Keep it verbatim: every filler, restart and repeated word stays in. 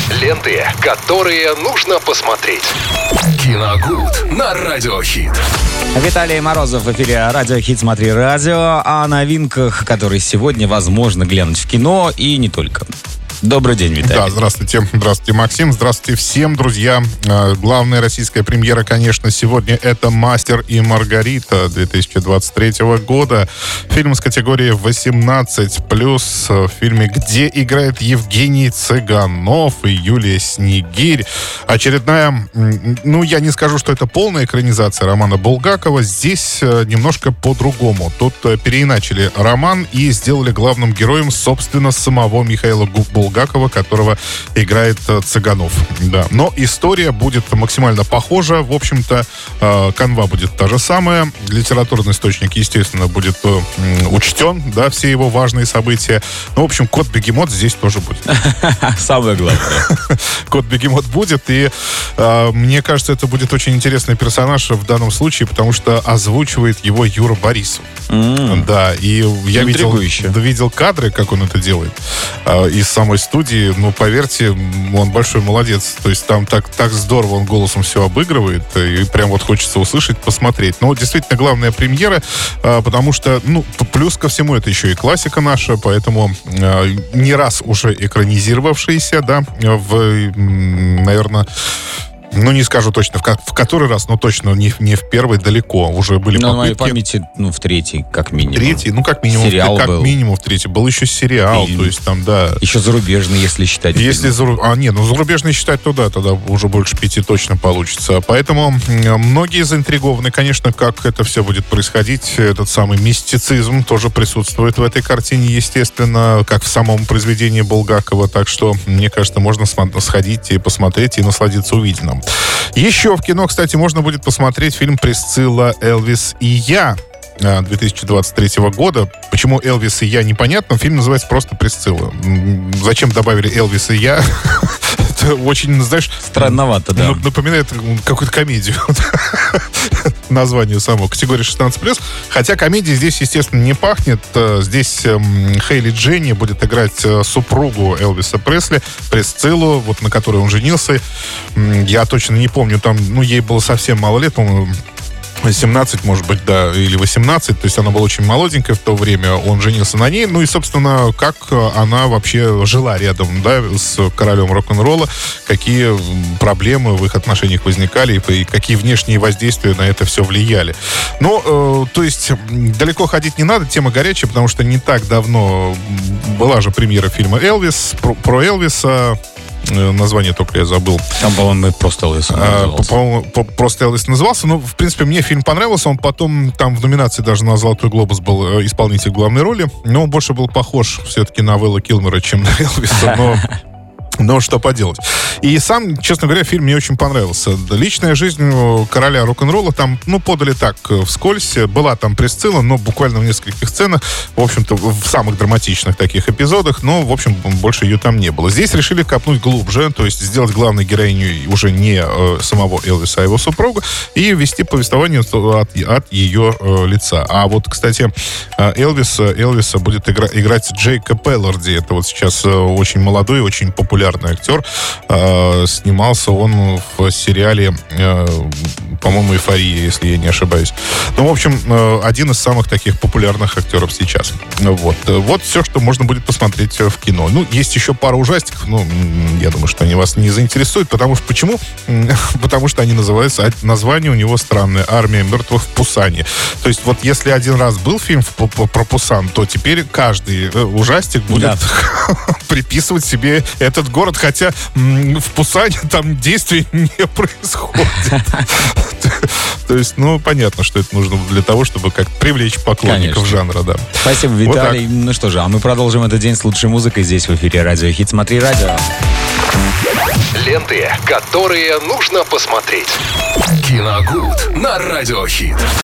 Ленты, которые нужно посмотреть. Киногуд на Радиохит. Виталий Морозов в эфире «Радио Хит. Смотри радио». О новинках, которые сегодня возможно глянуть в кино и не только. Добрый день, Виталий. Да, здравствуйте. Здравствуйте, Максим. Здравствуйте всем, друзья. Главная российская премьера, конечно, сегодня это «Мастер и Маргарита» две тысячи двадцать третьего года. Фильм из категории восемнадцать плюс. В фильме, где играет Евгений Цыганов и Юлия Снегирь. Очередная, ну, я не скажу, что это полная экранизация романа Булгакова. Здесь немножко по-другому. Тут переиначили роман и сделали главным героем, собственно, самого Михаила Булгакова, которого играет Цыганов. Да. Но история будет максимально похожа. В общем-то, э, канва будет та же самая. Литературный источник, естественно, будет э, учтен, да, все его важные события. Ну, в общем, кот-бегемот здесь тоже будет. Самое главное. Кот-бегемот будет, и э, мне кажется, это будет очень интересный персонаж в данном случае, потому что озвучивает его Юра Борисов. Mm. Да, и я видел, видел кадры, как он это делает, э, из самой студии. Ну, поверьте, он большой молодец. То есть там так, так здорово он голосом все обыгрывает, и прям вот хочется услышать, посмотреть. Но действительно главная премьера, э, потому что, ну, плюс ко всему, это еще и классика наша, поэтому э, не раз уже экранизировавшаяся, да, в, наверное, ну, не скажу точно, в, в который раз, но точно не, не в первый, далеко. Уже были но попытки. На моей памяти, ну, в третий, как минимум. Третий, ну, как минимум, сериал как был. минимум в третий. Был еще сериал, фильм. То есть там, да. Еще зарубежный, если считать. Если зару... А, нет, ну, зарубежный считать, то да, тогда уже больше пяти точно получится. Поэтому многие заинтригованы, конечно, как это все будет происходить. Этот самый мистицизм тоже присутствует в этой картине, естественно, как в самом произведении Булгакова. Так что, мне кажется, можно сходить и посмотреть, и насладиться увиденным. Еще в кино, кстати, можно будет посмотреть фильм «Присцилла, Элвис и я» две тысячи двадцать третьего года. Почему Элвис и я, непонятно. Фильм называется просто «Присцилла». Зачем добавили Элвис и я? Это очень, знаешь... Странновато, да. Напоминает какую-то комедию. Название само. Категория шестнадцать плюс. Хотя комедии здесь, естественно, не пахнет. Здесь Хейли Дженни будет играть супругу Элвиса Пресли, Присциллу, вот на которой он женился. Я точно не помню, там, ну, ей было совсем мало лет, по-моему, семнадцать, может быть, да, или восемнадцать, то есть она была очень молоденькая в то время, он женился на ней, ну и, собственно, как она вообще жила рядом, да, с королем рок-н-ролла, какие проблемы в их отношениях возникали и какие внешние воздействия на это все влияли. Ну, э, то есть далеко ходить не надо, тема горячая, потому что не так давно была же премьера фильма «Элвис», про, про Элвиса. Название только я забыл. Там, по-моему, просто Элвис назывался. А, по-моему, просто Элвис назывался. Но, в принципе, мне фильм понравился. Он потом там в номинации даже на «Золотой глобус» был исполнитель главной роли. Но он больше был похож все-таки на Вэлла Килмера, чем на Элвиса. Но... Но что поделать. И сам, честно говоря, фильм мне очень понравился. Личная жизнь короля рок-н-ролла там, ну, подали так, вскользь. Была там Присцилла, но буквально в нескольких сценах, в общем-то, в самых драматичных таких эпизодах, но, в общем, больше ее там не было. Здесь решили копнуть глубже, то есть сделать главной героиню уже не э, самого Элвиса, а его супруга, и вести повествование от, от ее э, лица. А вот, кстати, Элвиса, Элвиса будет игра, играть Джейкоб Элорди. Это вот сейчас э, очень молодой, очень популярный актер. Э, снимался он в сериале, э, по-моему, «Эйфория», если я не ошибаюсь. Ну, в общем, э, один из самых таких популярных актеров сейчас. Вот. Вот все, что можно будет посмотреть в кино. Ну, есть еще пара ужастиков, но я думаю, что они вас не заинтересуют, потому что... Почему? Потому что они называются... Название у него странное. «Армия мертвых в Пусане». То есть, вот если один раз был фильм про Пусан, то теперь каждый ужастик будет да. приписывать себе этот город, хотя м- в Пусане там действий не происходит. То есть, ну, понятно, что это нужно для того, чтобы как привлечь поклонников жанра, да. Спасибо, Виталий. Ну что же, а мы продолжим этот день с лучшей музыкой здесь в эфире «Радио Хит. Смотри радио». Ленты, которые нужно посмотреть. Киногуд на Радиохит.